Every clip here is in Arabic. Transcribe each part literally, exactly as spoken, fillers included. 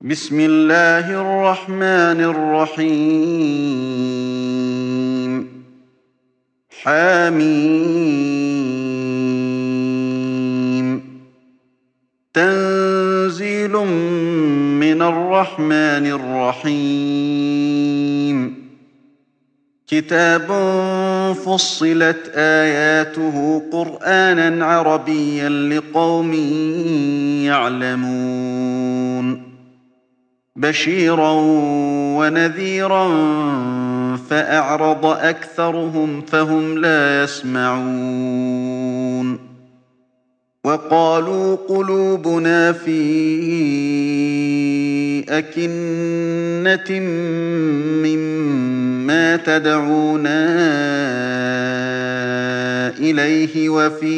بسم الله الرحمن الرحيم حم تنزيل من الرحمن الرحيم كتاب فصلت آياته قرآنا عربيا لقوم يعلمون بشيرا ونذيرا فأعرض أكثرهم فهم لا يسمعون وقالوا قلوبنا في أكنة مما تدعونا إليه وفي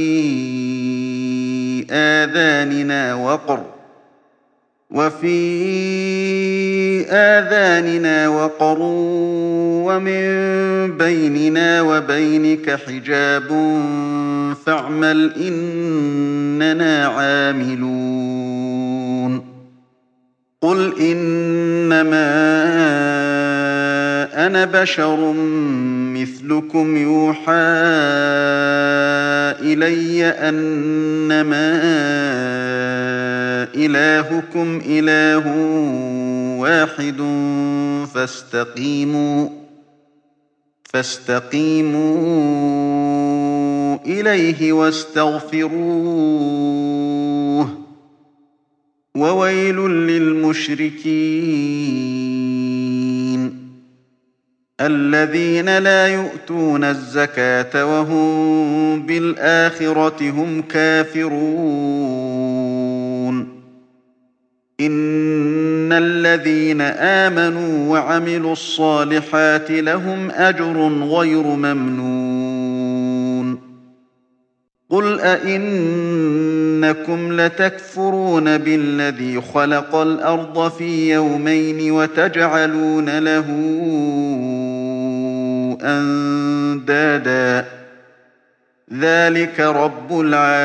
آذاننا وقر وفي آذاننا وقر ومن بيننا وبينك حجاب فاعمل إننا عاملون قل إنما أنا بشر مثلكم يوحى إلي أنما إلهكم إله واحد فاستقيموا فاستقيموا إليه واستغفروه وويل للمشركين الذين لا يؤتون الزكاة وهم بالآخرة هم كافرون إن الذين آمنوا وعملوا الصالحات لهم أجر غير ممنون قل أئنكم لتكفرون بالذي خلق الأرض في يومين وتجعلون له أندادا ذلك رب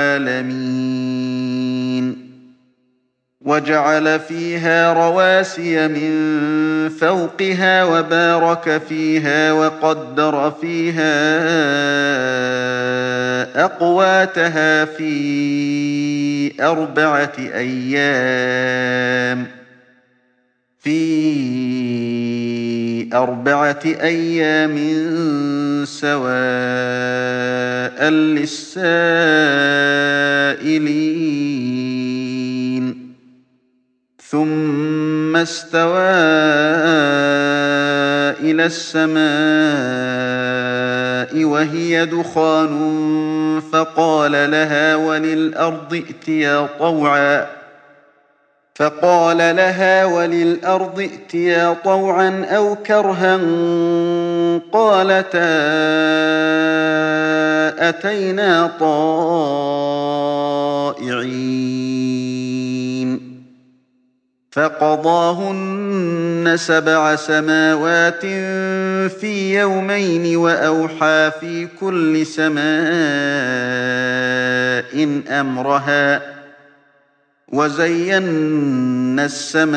العالمين وجعل فيها رواسي من فوقها وبارك فيها وقدر فيها أقواتها في أربعة أيام في أربعة أيام سواء للسائلين ثم استوى إلى السماء وهي دخان فقال لها وللأرض ائتيا طوعا فقال لها وللأرض ائتيا طوعا أو كرها قالتا أتينا طائعين فقضاهن سبع سماوات في يومين وأوحى في كل سماء أمرها وزينا السماء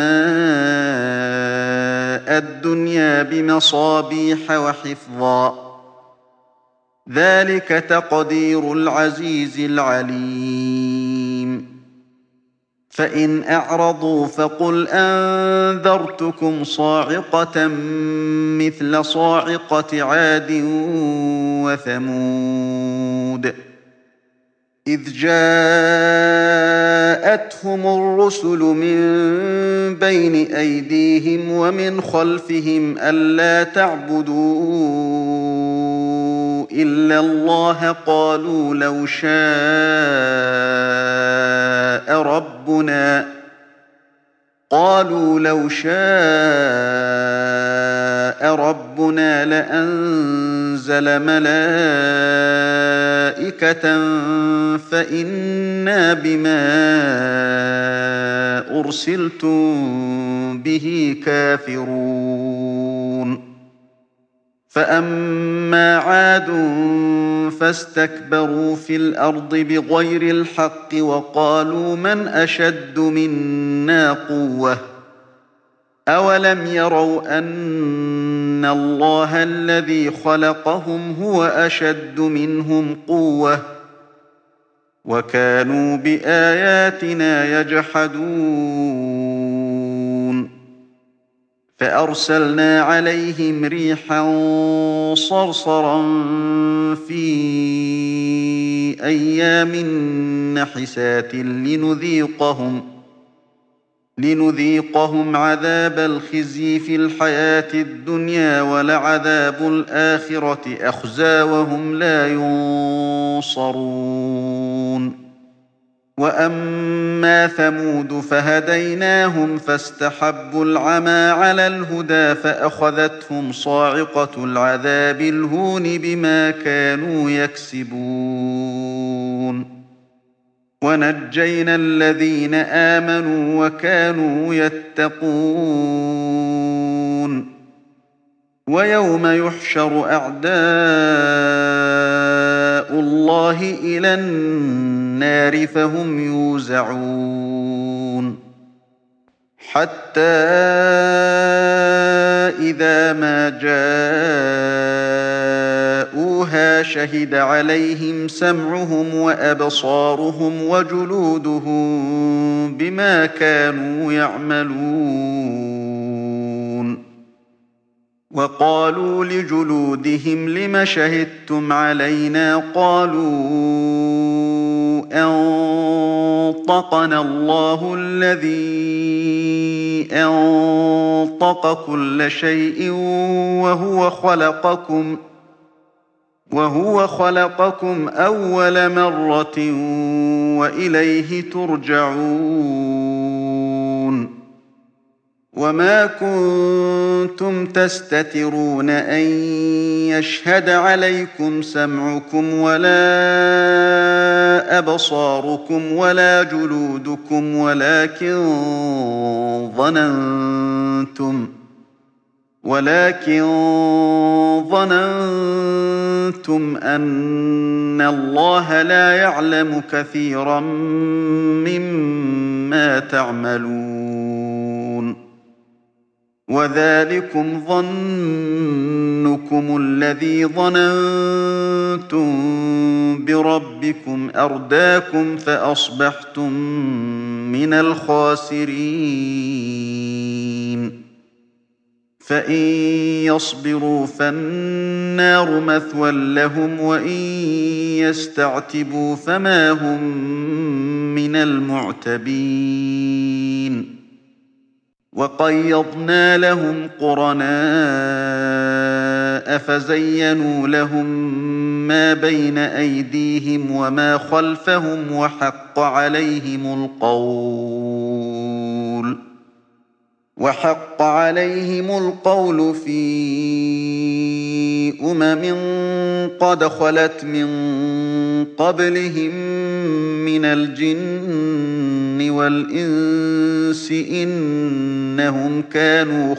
الدنيا بمصابيح وحفظا ذلك تقدير العزيز العليم فإن أعرضوا فقل أنذرتكم صاعقة مثل صاعقة عاد وثمود إذ جاءتهم الرسل من بين أيديهم ومن خلفهم ألا تعبدوا إلا الله قالوا لو شاء ربنا قالوا لو شاء ربنا لأنزل ملائكة فإنا بما أرسلتم به كافرون فأما عاد فاستكبروا في الأرض بغير الحق وقالوا من أشد منا قوة أولم يروا أن الله الذي خلقهم هو أشد منهم قوة وكانوا بآياتنا يجحدون فأرسلنا عليهم ريحا صرصرا في أيام نحسات لنذيقهم لنذيقهم عذاب الخزي في الحياة الدنيا ولعذاب الآخرة أخزى وهم لا ينصرون وأما ثمود فهديناهم فاستحبوا العمى على الهدى فأخذتهم صاعقة العذاب الهون بما كانوا يكسبون ونجينا الذين آمنوا وكانوا يتقون ويوم يحشر أعداء الله إلى النار فهم يوزعون حتى إذا ما جاءوها شهد عليهم سمعهم وأبصارهم وجلودهم بما كانوا يعملون وقالوا لجلودهم لم شهدتم علينا قالوا أنطقنا الله الذي أنطق كل شيء وهو خلقكم وهو خلقكم أول مرة وإليه ترجعون وما كنتم تستترون أن يشهد عليكم سمعكم ولا أبصاركم ولا جلودكم ولكن ظننتم ولكن ظننتم أن الله لا يعلم كثيرا مما تعملون وذلكم ظنكم الذي ظننتم بربكم أرداكم فأصبحتم من الخاسرين فإن يصبروا فالنار مثوى لهم وإن يستعتبوا فما هم من المعتبين وقيضنا لهم قرناء فزينوا لهم ما بين أيديهم وما خلفهم وحق عليهم القول وحق عليهم القول في أمم قد خلت من قبلهم من الجن والإنس إنهم كانوا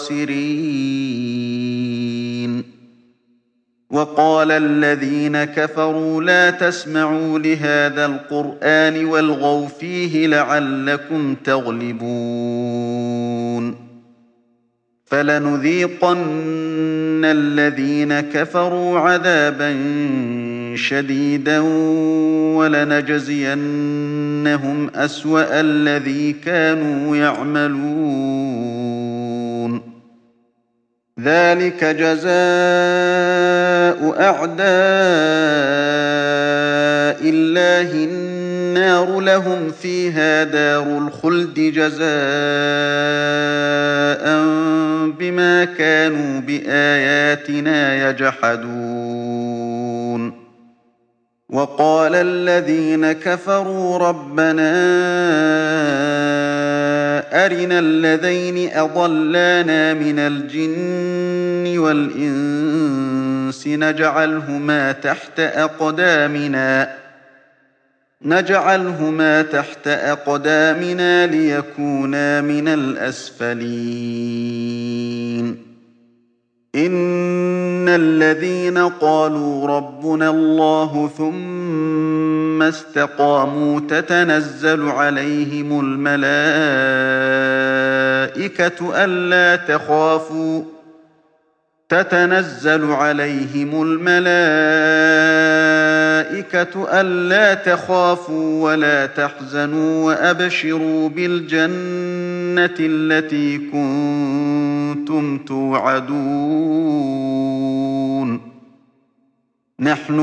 خاسرين وقال الذين كفروا لا تسمعوا لهذا القرآن والغوا فيه لعلكم تغلبون فلنذيقن الذين كفروا عذابا شديدا ولنجزينهم أسوأ الذي كانوا يعملون ذلك جزاء أعداء الله النار لهم فيها دار الخلد جزاء بما كانوا بآياتنا يجحدون وقال الذين كفروا ربنا أرنا الذين أضلانا من الجن والإنس نجعلهما تحت أقدامنا نجعلهما تحت أقدامنا ليكونا من الأسفلين إن الذين قالوا ربنا الله ثم ثم استقاموا تتنزل عليهم الملائكة ألا تخافوا تتنزل عليهم الملائكة ألا تخافوا ولا تحزنوا وأبشروا بالجنة التي كنتم توعدون نحن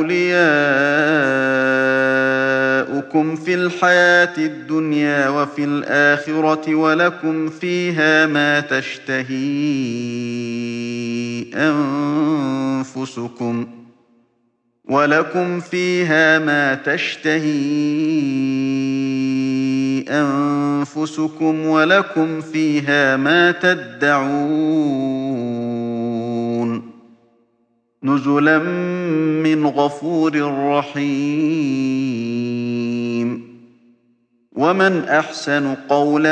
أولياؤكم في الحياة الدنيا وفي الآخرة ولكم فيها ما تشتهي أنفسكم ولكم فيها ما تشتهي أنفسكم ولكم فيها ما تدعون نزلا من غفور رحيم ومن أحسن قولا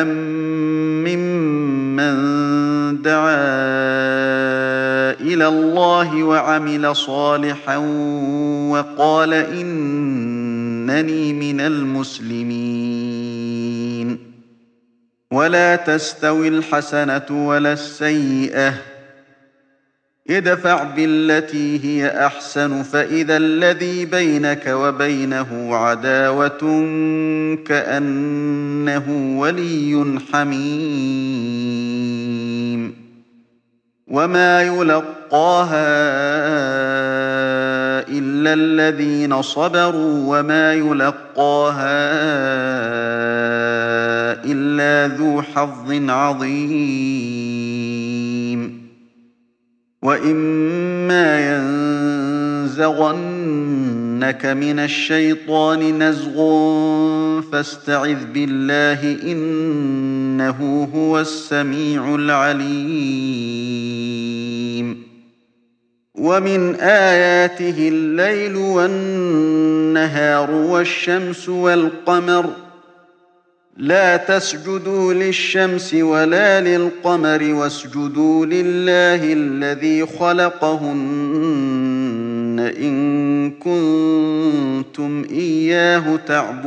ممن دعا إلى الله وعمل صالحا وقال إنني من المسلمين ولا تستوي الحسنة ولا السيئة ادفع بالتي هي أحسن فإذا الذي بينك وبينه عداوة كأنه ولي حميم وما يلقاها إلا الذين صبروا وما يلقاها إلا ذو حظ عظيم وإما ينزغنك من الشيطان نزغ فاستعذ بالله إنه هو السميع العليم ومن آياته الليل والنهار والشمس والقمر لا تسجدوا للشمس ولا للقمر واسجدوا لله الذي خلقهن إن كنتم إياه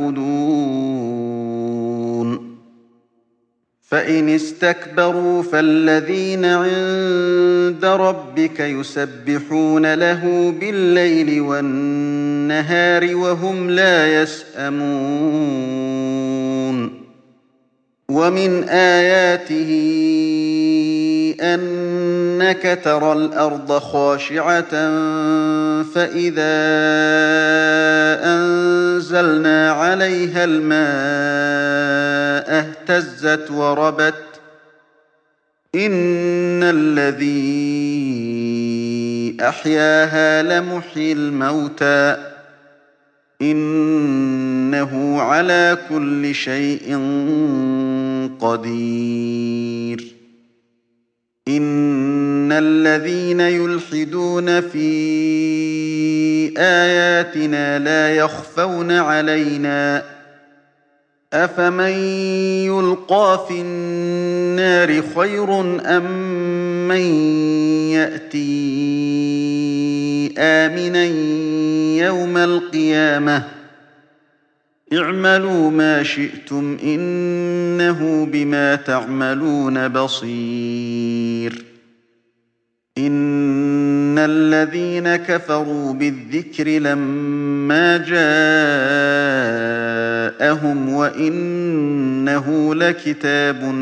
تعبدون فإن استكبروا فالذين عند ربك يسبحون له بالليل والنهار وهم لا يسأمون ومن آياته أنك ترى الأرض خاشعة فإذا أنزلنا عليها الماء اهتزت وربت إن الذي أحياها لمحيي الموتى إنه على كل شيء قدير إن الذين يلحدون في آياتنا لا يخفون علينا أفمن يلقى في النار خير أم من يأتي آمنا يوم القيامة اعملوا ما شئتم إنه بما تعملون بصير إن الذين كفروا بالذكر لما جاءهم وإنه لكتاب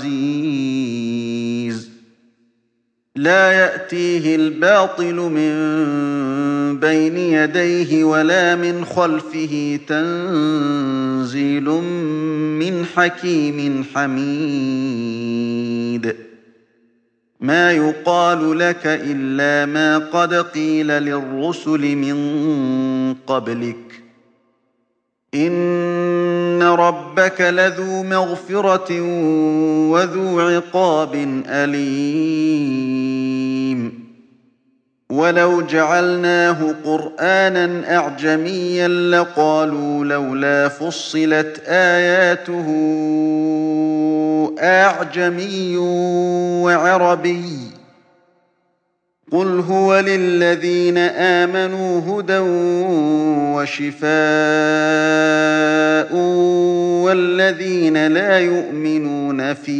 عزيز لا يأتيه الباطل من بين يديه ولا من خلفه تنزيل من حكيم حميد ما يقال لك إلا ما قد قيل للرسل من قبلك إن ربك لذو مغفرة وذو عقاب أليم ولو جعلناه قرآنا أعجميا لقالوا لولا فصلت آياته أعجمي وعربي قل هو للذين آمنوا هدى وشفاء والذين لا يؤمنون في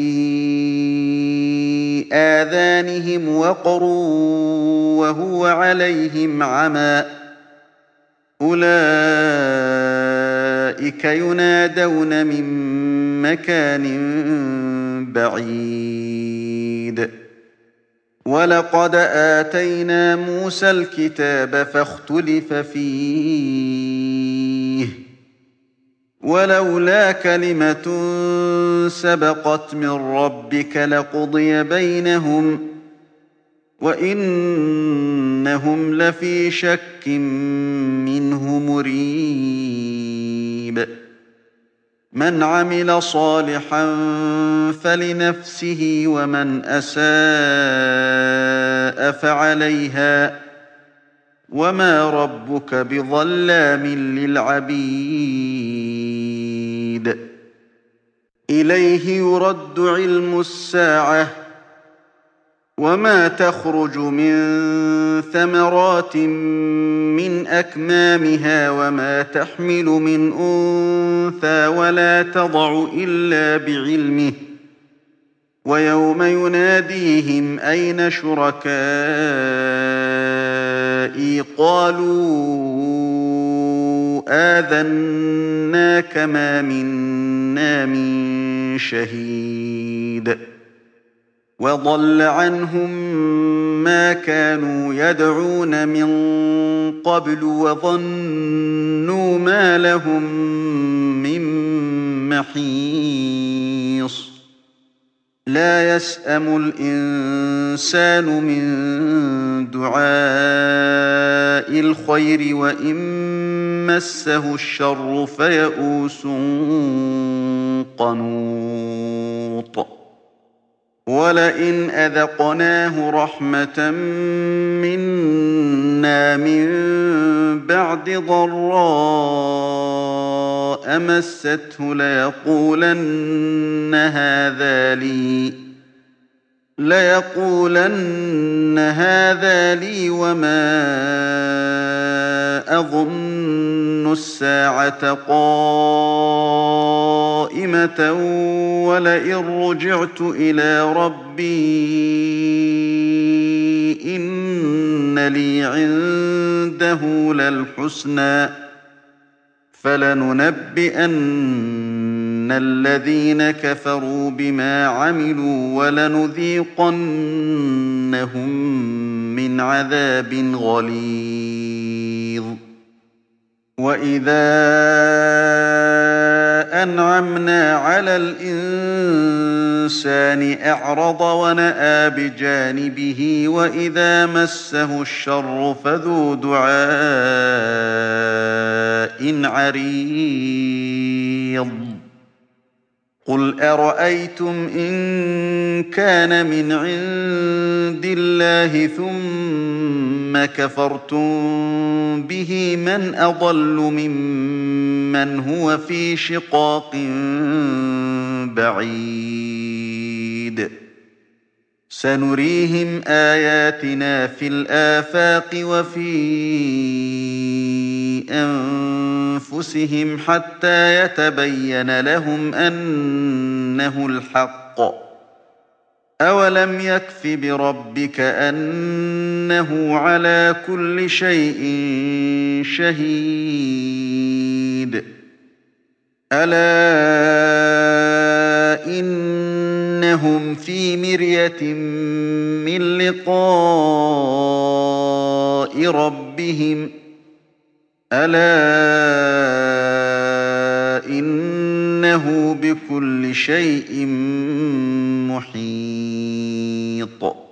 آذانهم وقر وهو عليهم عمى أولئك ينادون من مكان بعيد ولقد آتينا موسى الكتاب فاختلف فيه ولولا كلمة سبقت من ربك لقضي بينهم وإنهم لفي شك منه مريب من عمل صالحا فلنفسه ومن أساء فعليها وما ربك بظلام للعبيد إليه يرد علم الساعة وما تخرج من ثمرات من أكمامها وما تحمل من أنثى ولا تضع إلا بعلمه ويوم يناديهم أين شركائي قالوا آذناك ما منا من شهيد وضل عنهم ما كانوا يدعون من قبل وظنوا ما لهم من محيص لا يسأم الإنسان من دعاء الخير وإن مسه الشر فيئوس قنوط ولئن أذقناه رحمة منا من بعد ضراء مسته ليقولن هذا لي ليقولن هذا لي وما أظن الساعة قائمة ولئن رجعت إلى ربي إن لي عنده للحسنى فلننبئن الذين كفروا بما عملوا ولنذيقنهم من عذاب غليظ وإذا أنعمنا على الإنسان أعرض ونأى بجانبه وإذا مسه الشر فذو دعاء عريض قل أرأيتم إن كان من عند الله ثم كفرتم به من أضل ممن هو في شقاق بعيد سنريهم آياتنا في الآفاق وفي أنفسهم حتى يتبين لهم أنه الحق أولم يكف بربك أنه على كل شيء شهيد ألا إنهم في مرية من لقاء ربهم ألا إنه بكل شيء محيط